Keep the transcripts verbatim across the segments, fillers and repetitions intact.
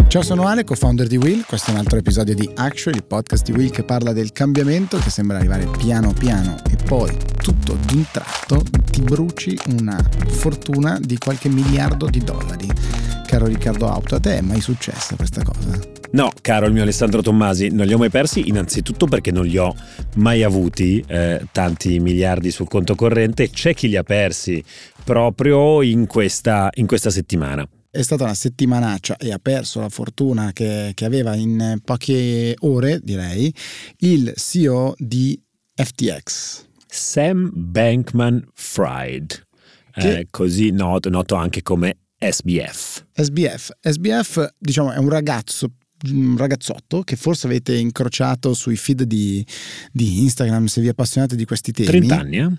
Ciao, sono Ale, co-founder di Will. Questo è un altro episodio di Action, il podcast di Will che parla del cambiamento che sembra arrivare piano piano e poi tutto d'un tratto ti bruci una fortuna di qualche miliardo di dollari. Caro Riccardo Auto, a te è mai successa questa cosa? No, caro il mio Alessandro Tommasi, non li ho mai persi, innanzitutto perché non li ho mai avuti eh, tanti miliardi sul conto corrente. C'è chi li ha persi proprio in questa, in questa settimana. È stata una settimanaccia e ha perso la fortuna che, che aveva in poche ore, direi, il C E O di F T X. Sam Bankman-Fried, Che... eh, così noto, noto anche come S B F. S B F. S B F, diciamo, è un ragazzo un ragazzotto che forse avete incrociato sui feed di, di Instagram se vi appassionate di questi temi. trenta anni, eh?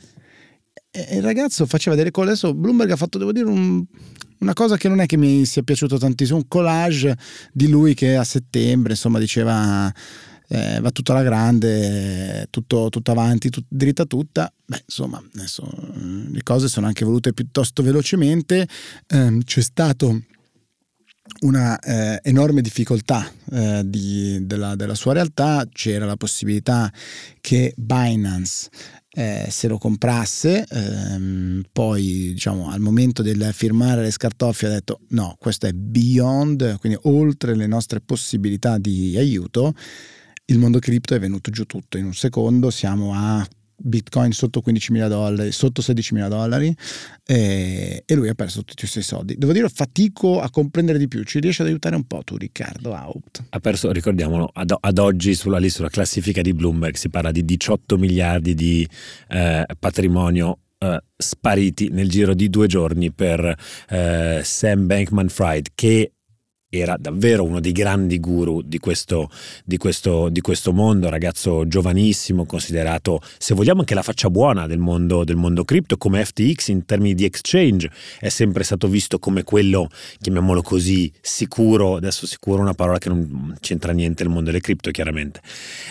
E il ragazzo faceva delle cose. Adesso Bloomberg ha fatto, devo dire, un, una cosa che non è che mi sia piaciuto tantissimo, un collage di lui che a settembre, insomma, diceva eh, va tutto alla grande, tutto, tutto avanti, tut, dritta tutta. Beh, insomma, adesso le cose sono anche volute piuttosto velocemente. Eh, c'è stato una eh, enorme difficoltà eh, di, della, della sua realtà. C'era la possibilità che Binance eh, se lo comprasse, ehm, poi diciamo al momento del firmare le scartoffie ha detto no, questo è beyond, quindi oltre le nostre possibilità di aiuto. Il mondo cripto è venuto giù tutto in un secondo, siamo a Bitcoin sotto quindicimila dollari, sotto sedicimila dollari e, e lui ha perso tutti i suoi soldi. Devo dire, fatico a comprendere di più. Ci riesci ad aiutare un po' tu, Riccardo Haupt? Ha perso, ricordiamolo, ad, ad oggi sulla lista, sulla classifica di Bloomberg si parla di diciotto miliardi di eh, patrimonio eh, spariti nel giro di due giorni per eh, Sam Bankman-Fried, che era davvero uno dei grandi guru di questo, di questo, di questo mondo, ragazzo giovanissimo, considerato, se vogliamo, anche la faccia buona del mondo, del mondo cripto. Come F T X in termini di exchange è sempre stato visto come quello, chiamiamolo così, sicuro. Adesso sicuro è una parola che non c'entra niente nel mondo delle cripto, chiaramente.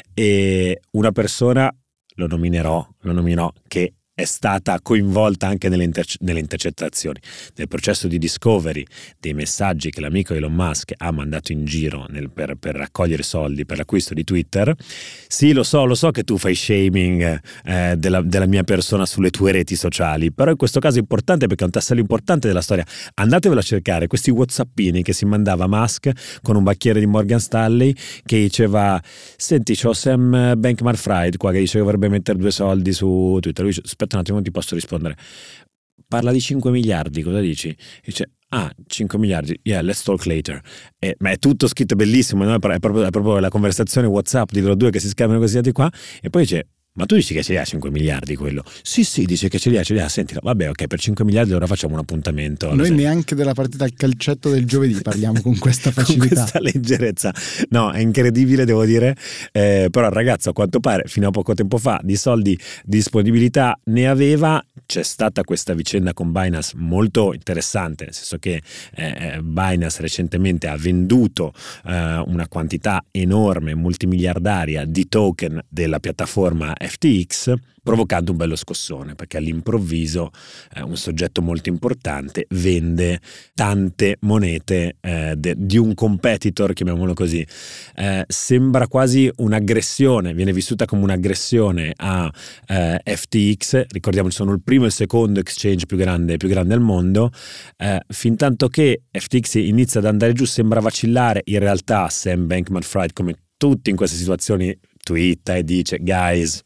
E una persona, lo nominerò, lo nominerò, che è stata coinvolta anche nelle, inter- nelle intercettazioni, nel processo di discovery dei messaggi che l'amico Elon Musk ha mandato in giro nel, per, per raccogliere soldi per l'acquisto di Twitter. Sì, lo so, lo so che tu fai shaming eh, della, della mia persona sulle tue reti sociali, però in questo caso è importante perché è un tassello importante della storia. Andatevelo a cercare, questi whatsappini che si mandava Musk con un bacchiere di Morgan Stanley che diceva: senti, c'ho Sam Bankman-Fried qua che dice che vorrebbe mettere due soldi su Twitter. Lui dice: aspetta un attimo, ti posso rispondere, parla di cinque miliardi, cosa dici? Dice: ah, cinque miliardi, yeah, let's talk later. E, ma è tutto scritto bellissimo, no? È, proprio, è proprio la conversazione WhatsApp di loro due che si scambiano così di qua. E poi dice: ma tu dici che ce li ha cinque miliardi quello? Sì, sì, dice che ce li ha, ce li ha. Senti, vabbè, ok, per cinque miliardi ora facciamo un appuntamento. Noi neanche della partita al calcetto del giovedì parliamo con questa facilità. Con questa leggerezza. No, è incredibile, devo dire. Eh, però il ragazzo, a quanto pare, fino a poco tempo fa, di soldi, di disponibilità ne aveva. C'è stata questa vicenda con Binance molto interessante, nel senso che eh, Binance recentemente ha venduto eh, una quantità enorme, multimiliardaria, di token della piattaforma F T X, provocando un bello scossone, perché all'improvviso eh, un soggetto molto importante vende tante monete eh, de, di un competitor, chiamiamolo così. Eh, sembra quasi un'aggressione, viene vissuta come un'aggressione a eh, F T X. Ricordiamo, sono il primo e il secondo exchange più grande, più grande al mondo. Eh, fin tanto che F T X inizia ad andare giù, sembra vacillare. In realtà Sam Bankman-Fried, come tutti in queste situazioni, twitta e dice: guys,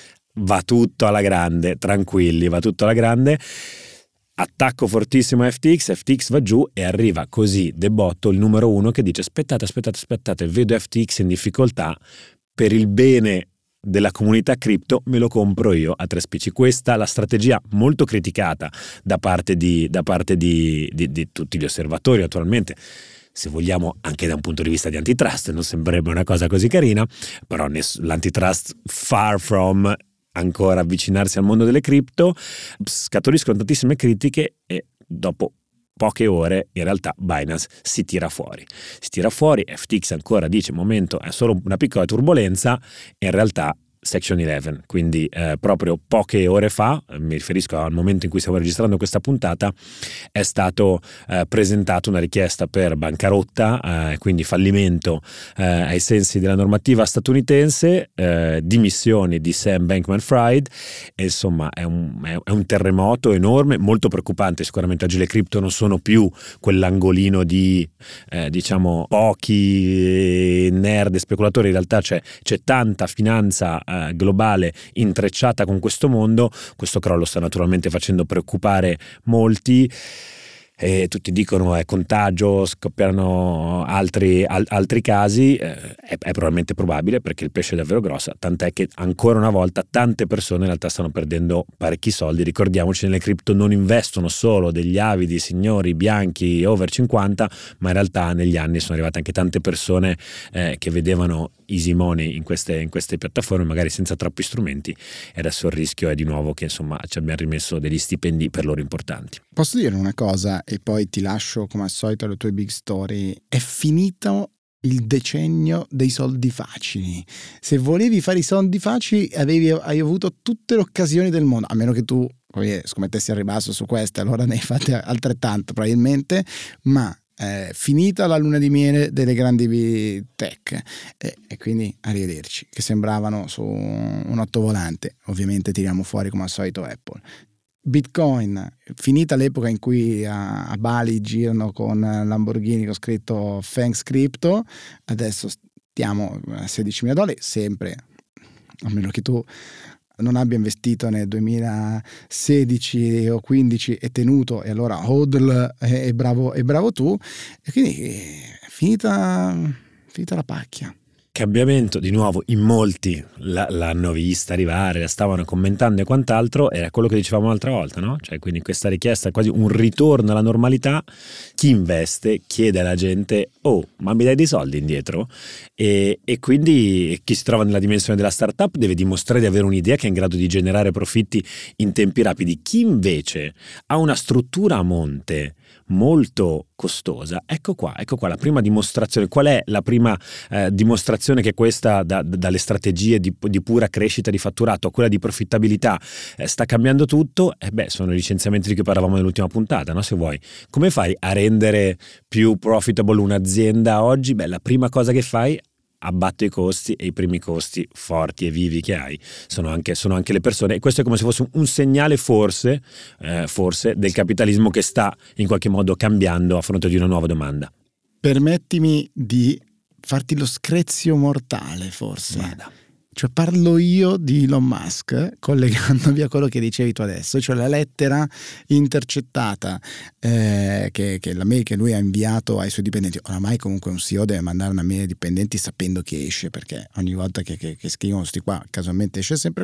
va tutto alla grande, tranquilli, va tutto alla grande. Attacco fortissimo a F T X, F T X va giù e arriva così de botto il numero uno che dice: aspettate, aspettate, aspettate, vedo F T X in difficoltà, per il bene della comunità cripto me lo compro io a tre spicci. Questa è la strategia molto criticata da parte di, da parte di, di, di tutti gli osservatori, naturalmente. Se vogliamo, anche da un punto di vista di antitrust, non sembrerebbe una cosa così carina, però ness- l'antitrust far from ancora avvicinarsi al mondo delle cripto, scaturiscono tantissime critiche e dopo poche ore in realtà Binance si tira fuori. Si tira fuori, F T X ancora dice: momento, è solo una piccola turbolenza, e in realtà Section undici, quindi eh, proprio poche ore fa, mi riferisco al momento in cui stiamo registrando questa puntata, è stato eh, presentato una richiesta per bancarotta, eh, quindi fallimento eh, ai sensi della normativa statunitense, eh, dimissioni di Sam Bankman-Fried, e insomma è un, è un terremoto enorme, molto preoccupante. Sicuramente oggi le cripto non sono più quell'angolino di eh, diciamo pochi nerd e speculatori, in realtà c'è, c'è tanta finanza eh, globale intrecciata con questo mondo. Questo crollo sta naturalmente facendo preoccupare molti, e tutti dicono è contagio, scoppieranno altri, al, altri casi, eh, è, è probabilmente probabile, perché il pesce è davvero grosso, tant'è che ancora una volta tante persone in realtà stanno perdendo parecchi soldi. Ricordiamoci, nelle cripto non investono solo degli avidi signori bianchi over cinquanta, ma in realtà negli anni sono arrivate anche tante persone eh, che vedevano easy money in queste, in queste piattaforme, magari senza troppi strumenti, e adesso il rischio è di nuovo che insomma ci abbiamo rimesso degli stipendi per loro importanti. Posso dire una cosa e poi ti lascio come al solito alle tue big story? È finito il decennio dei soldi facili. Se volevi fare i soldi facili avevi, hai avuto tutte le occasioni del mondo, a meno che tu poi scommettessi al ribasso su queste, allora ne hai fatte altrettanto probabilmente, ma è finita la luna di miele delle grandi tech e, e quindi arrivederci, che sembravano su un ottovolante. Ovviamente tiriamo fuori come al solito Apple. Bitcoin, finita l'epoca in cui a, a Bali girano con Lamborghini con scritto Thanks Crypto, adesso stiamo a sedicimila dollari, sempre, a meno che tu non abbia investito nel duemilasedici o quindici e tenuto, e allora hodl e bravo, e bravo tu, e quindi è finita, finita la pacchia. Cambiamento di nuovo, in molti la, l'hanno vista arrivare, la stavano commentando e quant'altro. Era quello che dicevamo l'altra volta, no? Cioè, quindi questa richiesta è quasi un ritorno alla normalità. Chi investe chiede alla gente: oh, ma mi dai dei soldi indietro? E, e quindi chi si trova nella dimensione della startup deve dimostrare di avere un'idea che è in grado di generare profitti in tempi rapidi. Chi invece ha una struttura a monte molto costosa, ecco qua, ecco qua la prima dimostrazione. Qual è la prima eh, dimostrazione che questa da, da, dalle strategie di, di pura crescita di fatturato a quella di profittabilità eh, sta cambiando tutto? Eh beh, sono i licenziamenti di cui parlavamo nell'ultima puntata, no? Se vuoi, come fai a rendere più profitable un'azienda oggi? Beh, la prima cosa che fai, abbatto i costi, e i primi costi forti e vivi che hai sono anche, sono anche le persone, e questo è come se fosse un, un segnale forse, eh, forse del capitalismo che sta in qualche modo cambiando a fronte di una nuova domanda. Permettimi di farti lo screzio mortale, forse. Vada. Cioè parlo io di Elon Musk, collegandovi a quello che dicevi tu adesso, cioè la lettera intercettata, eh, che, che la mail che lui ha inviato ai suoi dipendenti. Oramai comunque un C E O deve mandare una mail ai dipendenti sapendo che esce, perché ogni volta che, che, che scrivono sti qua casualmente esce sempre,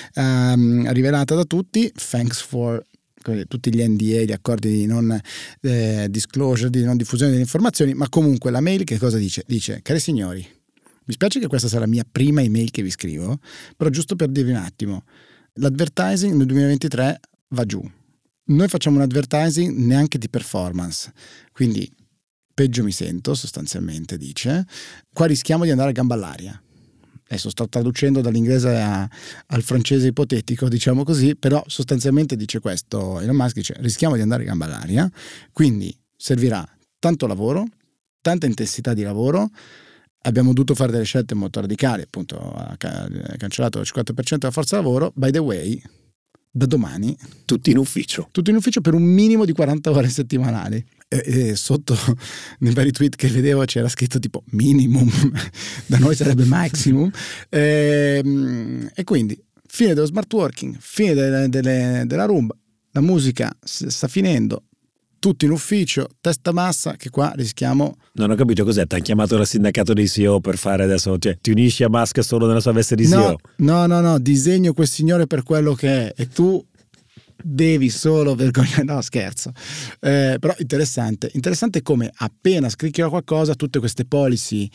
ehm, rivelata da tutti. Thanks for tutti gli N D A, gli accordi di non eh, disclosure, di non diffusione delle informazioni. Ma comunque la mail che cosa dice? Dice: cari signori, mi spiace che questa sia la mia prima email che vi scrivo, però giusto per dirvi un attimo, l'advertising nel duemilaventitré va giù. Noi facciamo un advertising neanche di performance, quindi peggio mi sento sostanzialmente, dice. Qua rischiamo di andare a gamba all'aria. Adesso sto traducendo dall'inglese a, al francese ipotetico, diciamo così, però sostanzialmente dice questo. Elon Musk dice: rischiamo di andare a gamba all'aria, quindi servirà tanto lavoro, tanta intensità di lavoro. Abbiamo dovuto fare delle scelte molto radicali, appunto ha cancellato il cinquanta per cento della forza lavoro. By the way, da domani tutti in ufficio tutti in ufficio per un minimo di quaranta ore settimanali. E, e sotto nei vari tweet che vedevo c'era scritto tipo minimum, da noi sarebbe maximum. E, e quindi fine dello smart working, fine delle, delle, della Roomba, la musica sta finendo, tutti in ufficio, testa bassa, che qua rischiamo. Non ho capito cos'è, ti hanno chiamato dal sindacato dei C E O per fare adesso, cioè ti unisci a Musk solo nella sua veste di C E O? No, no, no, no, disegno quel signore per quello che è e tu devi solo vergognare. No, scherzo. Eh, però interessante, interessante come appena scricchiola qualcosa tutte queste policy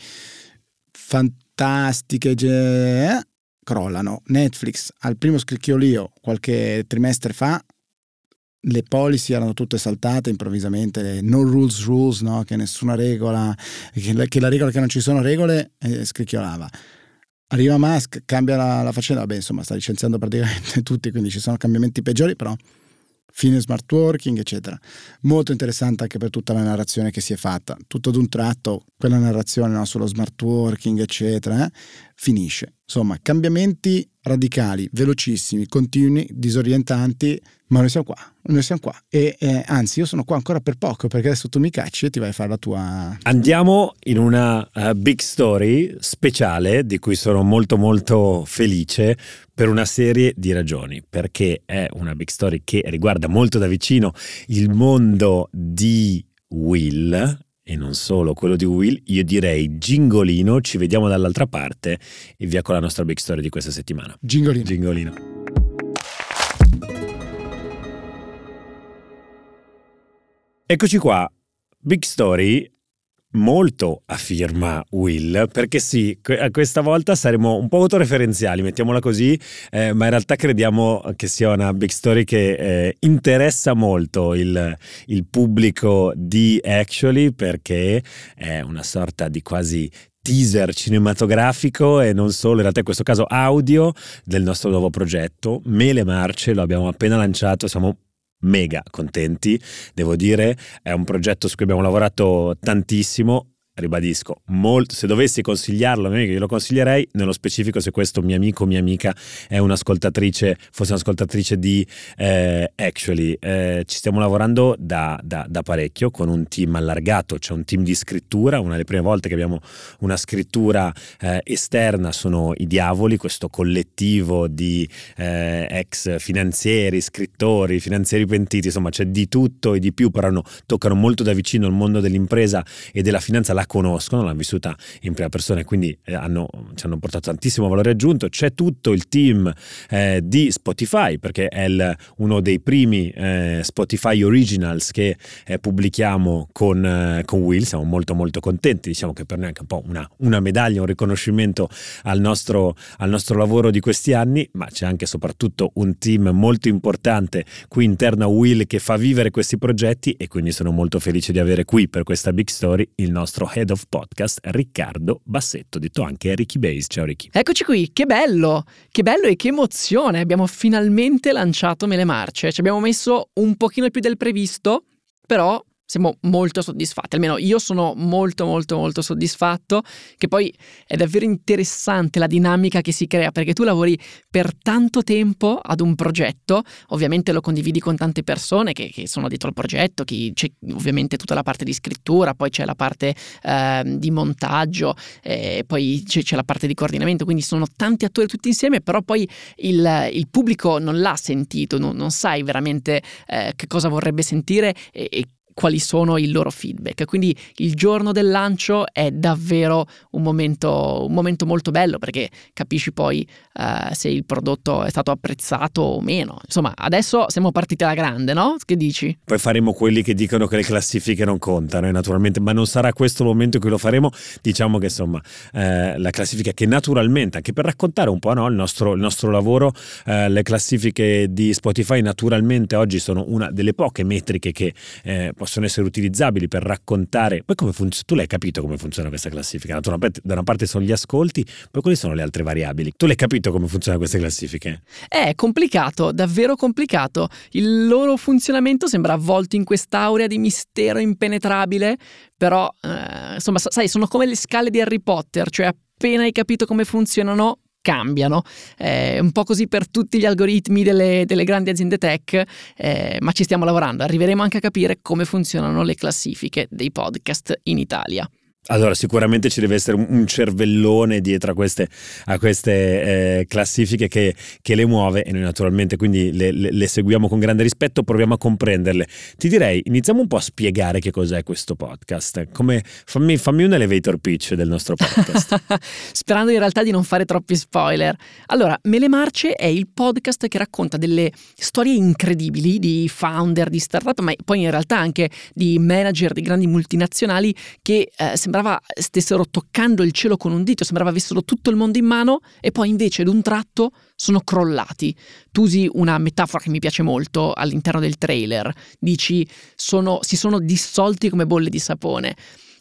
fantastiche eh, crollano. Netflix al primo scricchiolio qualche trimestre fa, le policy erano tutte saltate improvvisamente, le no rules rules, no? Che nessuna regola, che la, che la regola che non ci sono regole eh, scricchiolava. Arriva Musk, cambia la, la faccenda, vabbè insomma sta licenziando praticamente tutti, quindi ci sono cambiamenti peggiori, però fine smart working eccetera. Molto interessante anche per tutta la narrazione che si è fatta, tutto ad un tratto quella narrazione, no, sullo smart working eccetera, eh, finisce. Insomma, cambiamenti radicali, velocissimi, continui, disorientanti, ma noi siamo qua, noi siamo qua e eh, anzi io sono qua ancora per poco, perché adesso tu mi cacci e ti vai a fare la tua... Andiamo in una uh, big story speciale di cui sono molto molto felice per una serie di ragioni, perché è una big story che riguarda molto da vicino il mondo di Will e non solo quello di Will. Io direi gingolino, ci vediamo dall'altra parte e via con la nostra big story di questa settimana. Gingolino. Gingolino. Eccoci qua, big story molto a firma Will, perché sì, questa volta saremo un po' autoreferenziali, mettiamola così, eh, ma in realtà crediamo che sia una big story che eh, interessa molto il, il pubblico di Actually, perché è una sorta di quasi teaser cinematografico e non solo, in realtà in questo caso audio, del nostro nuovo progetto Mele Marce. Lo abbiamo appena lanciato, siamo mega contenti, devo dire, è un progetto su cui abbiamo lavorato tantissimo. Ribadisco, molto, se dovessi consigliarlo, io lo consiglierei, nello specifico se questo mio amico o mia amica è un'ascoltatrice, fosse un'ascoltatrice di eh, Actually. Eh, ci stiamo lavorando da, da, da parecchio con un team allargato, c'è un team di scrittura, una delle prime volte che abbiamo una scrittura eh, esterna sono i Diavoli, questo collettivo di eh, ex finanzieri, scrittori, finanzieri pentiti, insomma c'è di tutto e di più, però no, toccano molto da vicino il mondo dell'impresa e della finanza, la conoscono, l'hanno vissuta in prima persona e quindi eh, hanno, ci hanno portato tantissimo valore aggiunto. C'è tutto il team eh, di Spotify, perché è il, uno dei primi eh, Spotify Originals che eh, pubblichiamo con, eh, con Will. Siamo molto molto contenti, diciamo che per noi è anche un po' una, una medaglia, un riconoscimento al nostro, al nostro lavoro di questi anni, ma c'è anche e soprattutto un team molto importante qui interno a Will che fa vivere questi progetti, e quindi sono molto felice di avere qui per questa big story il nostro Head of Podcast Riccardo Bassetto, detto anche Ricky Base. Ciao Ricky. Eccoci qui, che bello, che bello e che emozione, abbiamo finalmente lanciato Mele Marce, ci abbiamo messo un pochino più del previsto, però siamo molto soddisfatti, almeno io sono molto molto molto soddisfatto, che poi è davvero interessante la dinamica che si crea, perché tu lavori per tanto tempo ad un progetto, ovviamente lo condividi con tante persone che, che sono dietro al progetto, chi, c'è ovviamente tutta la parte di scrittura, poi c'è la parte eh, di montaggio, eh, poi c'è, c'è la parte di coordinamento, quindi sono tanti attori tutti insieme, però poi il, il pubblico non l'ha sentito, non, non sai veramente eh, che cosa vorrebbe sentire e, e quali sono i loro feedback. Quindi il giorno del lancio è davvero un momento, un momento molto bello, perché capisci poi uh, se il prodotto è stato apprezzato o meno. Insomma, adesso siamo partiti alla grande, no? Che dici? Poi faremo quelli che dicono che le classifiche non contano, eh, naturalmente, ma non sarà questo il momento in cui lo faremo. Diciamo che insomma eh, la classifica che naturalmente, anche per raccontare un po', no, il nostro, il nostro lavoro, eh, le classifiche di Spotify naturalmente oggi sono una delle poche metriche che eh, possono essere utilizzabili per raccontare. Poi come funziona? Tu l'hai capito come funziona questa classifica? Naturalmente da una parte sono gli ascolti, poi quali sono le altre variabili? Tu l'hai capito come funzionano queste classifiche? È complicato, davvero complicato. Il loro funzionamento sembra avvolto in quest'aurea di mistero impenetrabile, però eh, insomma sai, sono come le scale di Harry Potter, cioè appena hai capito come funzionano cambiano, è un po' così per tutti gli algoritmi delle, delle grandi aziende tech, eh, ma ci stiamo lavorando, arriveremo anche a capire come funzionano le classifiche dei podcast in Italia. Allora sicuramente ci deve essere un cervellone dietro a queste, a queste eh, classifiche che, che le muove, e noi naturalmente quindi le, le, le seguiamo con grande rispetto, proviamo a comprenderle. Ti direi, iniziamo un po' a spiegare che cos'è questo podcast. Come, fammi, fammi un elevator pitch del nostro podcast. Sperando in realtà di non fare troppi spoiler. Allora, Mele Marce è il podcast che racconta delle storie incredibili di founder, di startup, ma poi in realtà anche di manager di grandi multinazionali che eh, sembrava stessero toccando il cielo con un dito, sembrava avessero tutto il mondo in mano e poi invece ad un tratto sono crollati. Tu usi una metafora che mi piace molto all'interno del trailer, dici sono, si sono dissolti come bolle di sapone.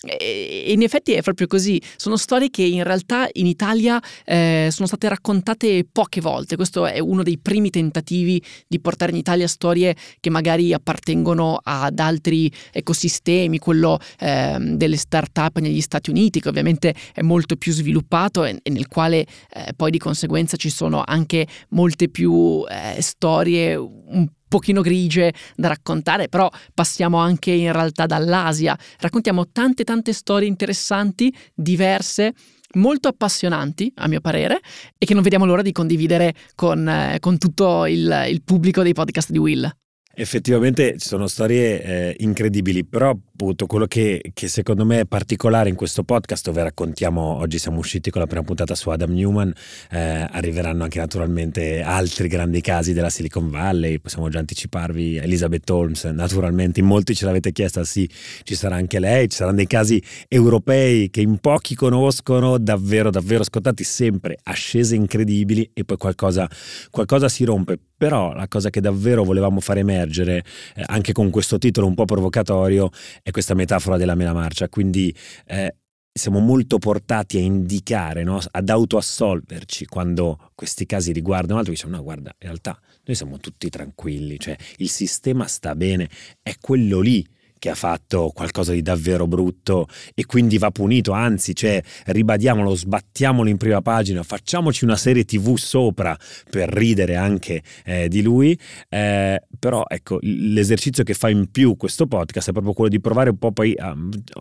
E in effetti è proprio così, sono storie che in realtà in Italia eh, sono state raccontate poche volte. Questo è uno dei primi tentativi di portare in Italia storie che magari appartengono ad altri ecosistemi, quello eh, delle start-up negli Stati Uniti, che ovviamente è molto più sviluppato e, e nel quale eh, poi di conseguenza ci sono anche molte più eh, storie un pochino grigie da raccontare, però passiamo anche in realtà dall'Asia, raccontiamo tante tante storie interessanti, diverse, molto appassionanti a mio parere, e che non vediamo l'ora di condividere con, eh, con tutto il, il pubblico dei podcast di Will. Effettivamente ci sono storie eh, incredibili, però appunto quello che, che secondo me è particolare in questo podcast, dove raccontiamo, oggi siamo usciti con la prima puntata su Adam Newman, eh, arriveranno anche naturalmente altri grandi casi della Silicon Valley, possiamo già anticiparvi Elizabeth Holmes, naturalmente in molti ce l'avete chiesta, sì, ci sarà anche lei, ci saranno dei casi europei che in pochi conoscono, davvero davvero scontati, sempre ascese incredibili, e poi qualcosa, qualcosa si rompe. Però la cosa che davvero volevamo far emergere, eh, anche con questo titolo un po' provocatorio, è questa metafora della mela marcia. Quindi eh, siamo molto portati a indicare, no? Ad autoassolverci quando questi casi riguardano altro. Diciamo, no, guarda, in realtà noi siamo tutti tranquilli, cioè il sistema sta bene, è quello lì che ha fatto qualcosa di davvero brutto e quindi va punito, anzi, cioè, ribadiamolo, sbattiamolo in prima pagina, facciamoci una serie tivù sopra per ridere anche eh, di lui, eh, però ecco, l'esercizio che fa in più questo podcast è proprio quello di provare un po' poi a,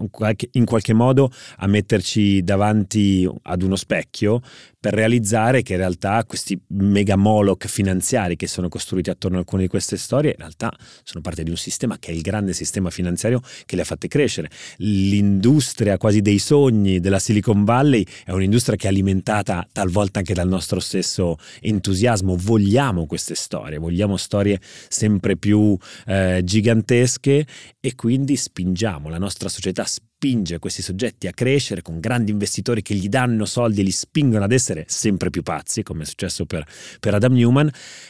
in qualche modo a metterci davanti ad uno specchio per realizzare che in realtà questi mega moloch finanziari che sono costruiti attorno a alcune di queste storie in realtà sono parte di un sistema che è il grande sistema finanziario che le ha fatte crescere. L'industria quasi dei sogni della Silicon Valley è un'industria che è alimentata talvolta anche dal nostro stesso entusiasmo. Vogliamo queste storie, vogliamo storie sempre più eh, gigantesche, e quindi spingiamo, la nostra società spinge questi soggetti a crescere con grandi investitori che gli danno soldi e li spingono ad essere sempre più pazzi, come è successo per, per Adam Newman.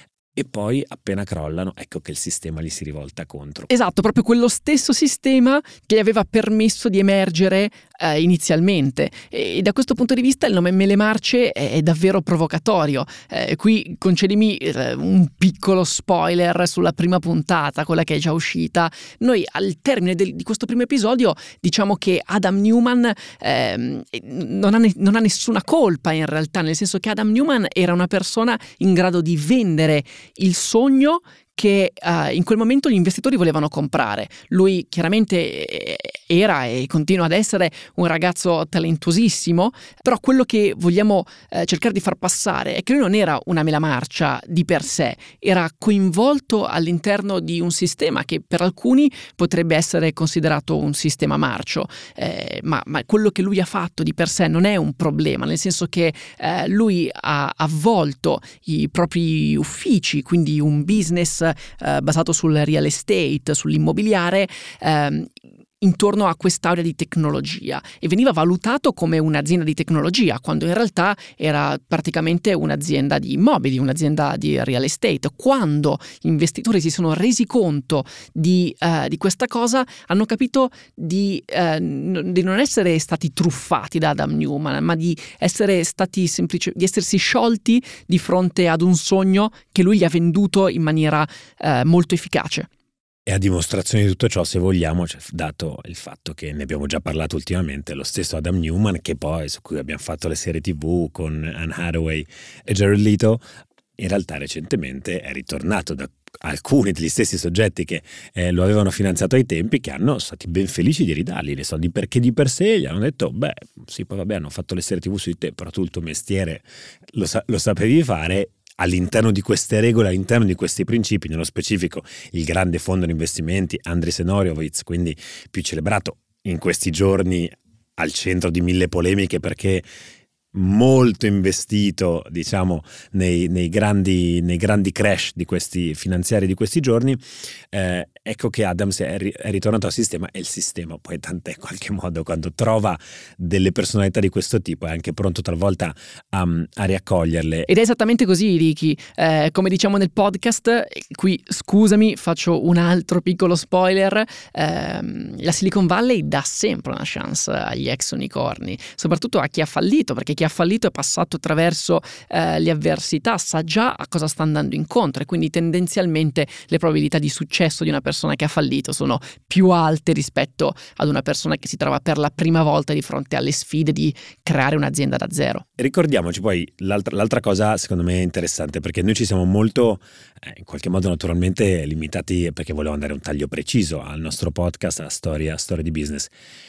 E poi appena crollano, ecco che il sistema li si rivolta contro. Esatto, proprio quello stesso sistema che gli aveva permesso di emergere eh, inizialmente. E da questo punto di vista il nome Mele Marce è, è davvero provocatorio. Eh, qui concedimi eh, un piccolo spoiler sulla prima puntata, quella che è già uscita. Noi al termine del, di questo primo episodio diciamo che Adam Newman eh, non, ha ne, non ha nessuna colpa in realtà, nel senso che Adam Newman era una persona in grado di vendere il sogno che uh, in quel momento gli investitori volevano comprare. Lui chiaramente era e continua ad essere un ragazzo talentuosissimo, però quello che vogliamo uh, cercare di far passare è che lui non era una mela marcia di per sé, era coinvolto all'interno di un sistema che per alcuni potrebbe essere considerato un sistema marcio, eh, ma, ma quello che lui ha fatto di per sé non è un problema, nel senso che eh, lui ha avvolto i propri uffici, quindi un business Uh, basato sul real estate, sull'immobiliare, um, intorno a quest'area di tecnologia, e veniva valutato come un'azienda di tecnologia quando in realtà era praticamente un'azienda di immobili, un'azienda di real estate. Quando gli investitori si sono resi conto di, uh, di questa cosa, hanno capito di, uh, n- di non essere stati truffati da Adam Newman, ma di essere stati semplici, di essersi sciolti di fronte ad un sogno che lui gli ha venduto in maniera uh, molto efficace. E a dimostrazione di tutto ciò, se vogliamo, cioè, dato il fatto che ne abbiamo già parlato ultimamente, lo stesso Adam Newman, che poi su cui abbiamo fatto le serie tivù con Anne Hathaway e Jared Leto, in realtà recentemente è ritornato da alcuni degli stessi soggetti che eh, lo avevano finanziato ai tempi, che hanno stati ben felici di ridargli dei soldi, perché di per sé gli hanno detto: beh, sì, poi vabbè, hanno fatto le serie tivù su di te, però tu il tuo mestiere lo, sa- lo sapevi fare. All'interno di queste regole, all'interno di questi principi, nello specifico il grande fondo di investimenti Andreessen Horowitz, quindi più celebrato in questi giorni, al centro di mille polemiche perché molto investito, diciamo, nei, nei, grandi, nei grandi crash di questi finanziari di questi giorni, eh, ecco che Adams è, ri- è ritornato al sistema, e il sistema poi tant'è, in qualche modo, quando trova delle personalità di questo tipo è anche pronto talvolta a, a riaccoglierle. Ed è esattamente così, Ricky. Eh, come diciamo nel podcast, qui scusami, faccio un altro piccolo spoiler, ehm, la Silicon Valley dà sempre una chance agli ex unicorni, soprattutto a chi ha fallito, perché chi ha fallito è passato attraverso eh, le avversità, sa già a cosa sta andando incontro, e quindi tendenzialmente le probabilità di successo di una persona che ha fallito sono più alte rispetto ad una persona che si trova per la prima volta di fronte alle sfide di creare un'azienda da zero. Ricordiamoci poi l'altra, l'altra cosa secondo me interessante, perché noi ci siamo molto eh, in qualche modo naturalmente limitati, perché volevo andare a un taglio preciso al nostro podcast, alla storia, storia di business.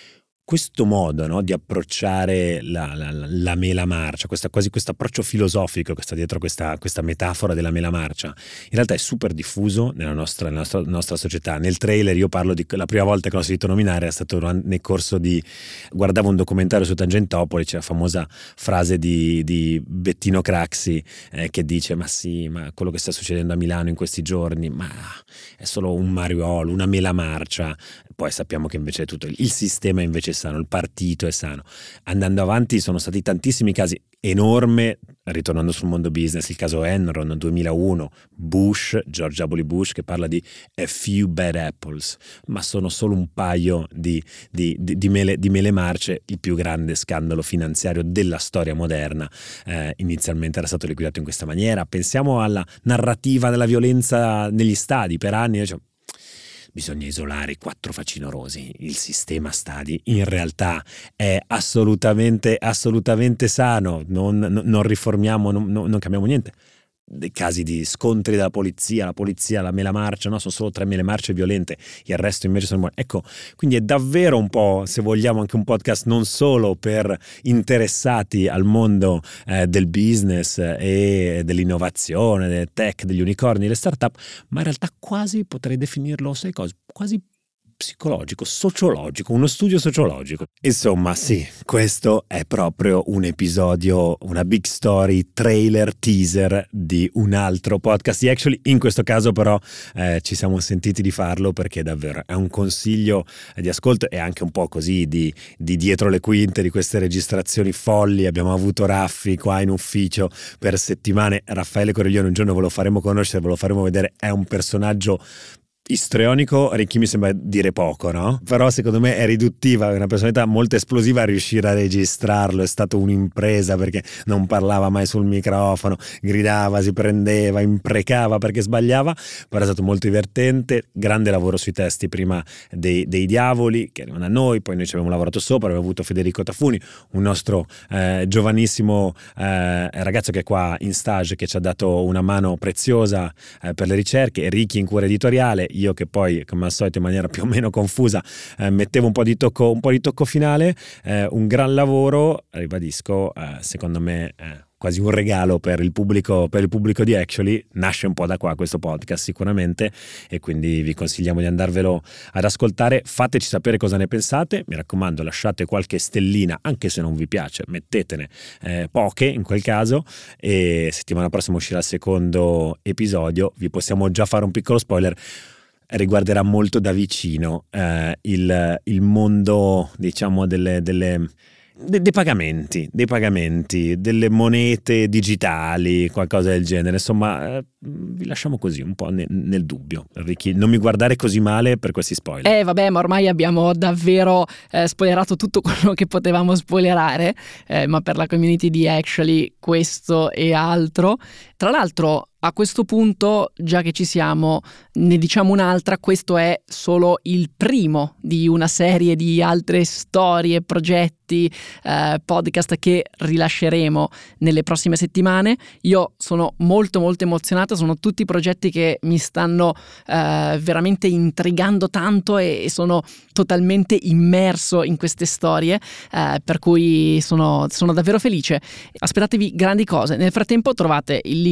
Questo modo, no, di approcciare la, la, la mela marcia, questa, quasi questo approccio filosofico che sta dietro questa, questa metafora della mela marcia, in realtà è super diffuso nella nostra, nella nostra, nostra società. Nel trailer io parlo di la prima volta che l'ho sentito nominare è stato nel corso di, guardavo un documentario su Tangentopoli, c'è la famosa frase di, di Bettino Craxi eh, che dice: ma sì, ma quello che sta succedendo a Milano in questi giorni, ma è solo un mariuolo, una mela marcia. Poi sappiamo che invece è tutto, il sistema invece è sano, il partito è sano. Andando avanti sono stati tantissimi casi, enorme, ritornando sul mondo business, il caso Enron duemilauno, Bush, George W. Bush, che parla di a few bad apples, ma sono solo un paio di, di, di, di, mele, di mele marce. Il più grande scandalo finanziario della storia moderna eh, inizialmente era stato liquidato in questa maniera. Pensiamo alla narrativa della violenza negli stadi per anni, cioè, bisogna isolare i quattro facinorosi, il sistema stadi in realtà è assolutamente assolutamente sano, non, non riformiamo, non, non cambiamo niente. Dei casi di scontri della polizia, la polizia, la mela marcia, no, sono solo tre mele marce violente, il resto invece sono buone. Ecco, quindi è davvero un po', se vogliamo, anche un podcast non solo per interessati al mondo eh, del business e dell'innovazione, del tech, degli unicorni, delle startup, ma in realtà quasi potrei definirlo, sai cosa, quasi psicologico, sociologico, uno studio sociologico. Insomma, sì, questo è proprio un episodio, una big story, trailer, teaser di un altro podcast di Actually. In questo caso però eh, ci siamo sentiti di farlo perché davvero è un consiglio di ascolto, e anche un po' così di, di dietro le quinte di queste registrazioni folli. Abbiamo avuto Raffi qua in ufficio per settimane. Raffaele Coriglione, un giorno ve lo faremo conoscere, ve lo faremo vedere, è un personaggio istrionico. Ricky mi sembra dire poco, no? Però secondo me è riduttiva, è una personalità molto esplosiva. A riuscire a registrarlo è stata un'impresa, perché non parlava mai sul microfono, gridava, si prendeva, imprecava perché sbagliava, però è stato molto divertente. Grande lavoro sui testi prima dei, dei Diavoli che arrivano a noi, poi noi ci abbiamo lavorato sopra, abbiamo avuto Federico Tafuni, un nostro eh, giovanissimo eh, ragazzo che è qua in stage, che ci ha dato una mano preziosa eh, per le ricerche, Ricky in cura editoriale, io che poi come al solito in maniera più o meno confusa eh, mettevo un po' di tocco, un po' di tocco finale. Eh, un gran lavoro, ribadisco, eh, secondo me eh, quasi un regalo per il pubblico, per il pubblico di Actually. Nasce un po' da qua questo podcast sicuramente, e quindi vi consigliamo di andarvelo ad ascoltare. Fateci sapere cosa ne pensate, mi raccomando, lasciate qualche stellina, anche se non vi piace, mettetene eh, poche in quel caso, e settimana prossima uscirà il secondo episodio. Vi possiamo già fare un piccolo spoiler: riguarderà molto da vicino eh, il, il mondo, diciamo, delle, delle de, dei pagamenti, dei pagamenti, delle monete digitali, qualcosa del genere. Insomma, eh, vi lasciamo così un po' nel, nel dubbio. Ricky, non mi guardare così male per questi spoiler. Eh vabbè, ma ormai abbiamo davvero eh, spoilerato tutto quello che potevamo spoilerare, eh, ma per la community di Actually questo e altro. Tra l'altro, a questo punto, già che ci siamo, ne diciamo un'altra. Questo è solo il primo di una serie di altre storie, progetti, eh, podcast che rilasceremo nelle prossime settimane. Io sono molto molto emozionata, sono tutti progetti che mi stanno eh, veramente intrigando tanto, e, e sono totalmente immerso in queste storie, eh, per cui sono, sono davvero felice. Aspettatevi grandi cose. Nel frattempo trovate il link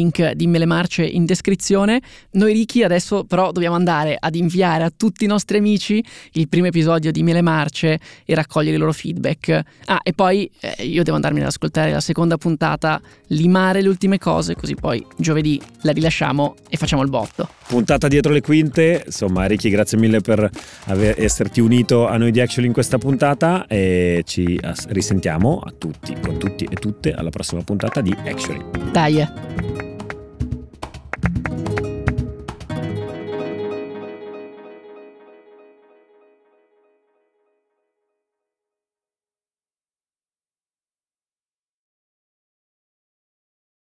link di Mele Marce in descrizione. Noi Ricky adesso però dobbiamo andare ad inviare a tutti i nostri amici il primo episodio di Mele Marce e raccogliere i loro feedback. Ah, e poi eh, io devo andarmi ad ascoltare la seconda puntata, limare le ultime cose, così poi giovedì la rilasciamo e facciamo il botto. Puntata dietro le quinte. Insomma, Ricky, grazie mille per aver, esserti unito a noi di Actually in questa puntata, e ci risentiamo a tutti, con tutti e tutte, alla prossima puntata di Actually. Dai.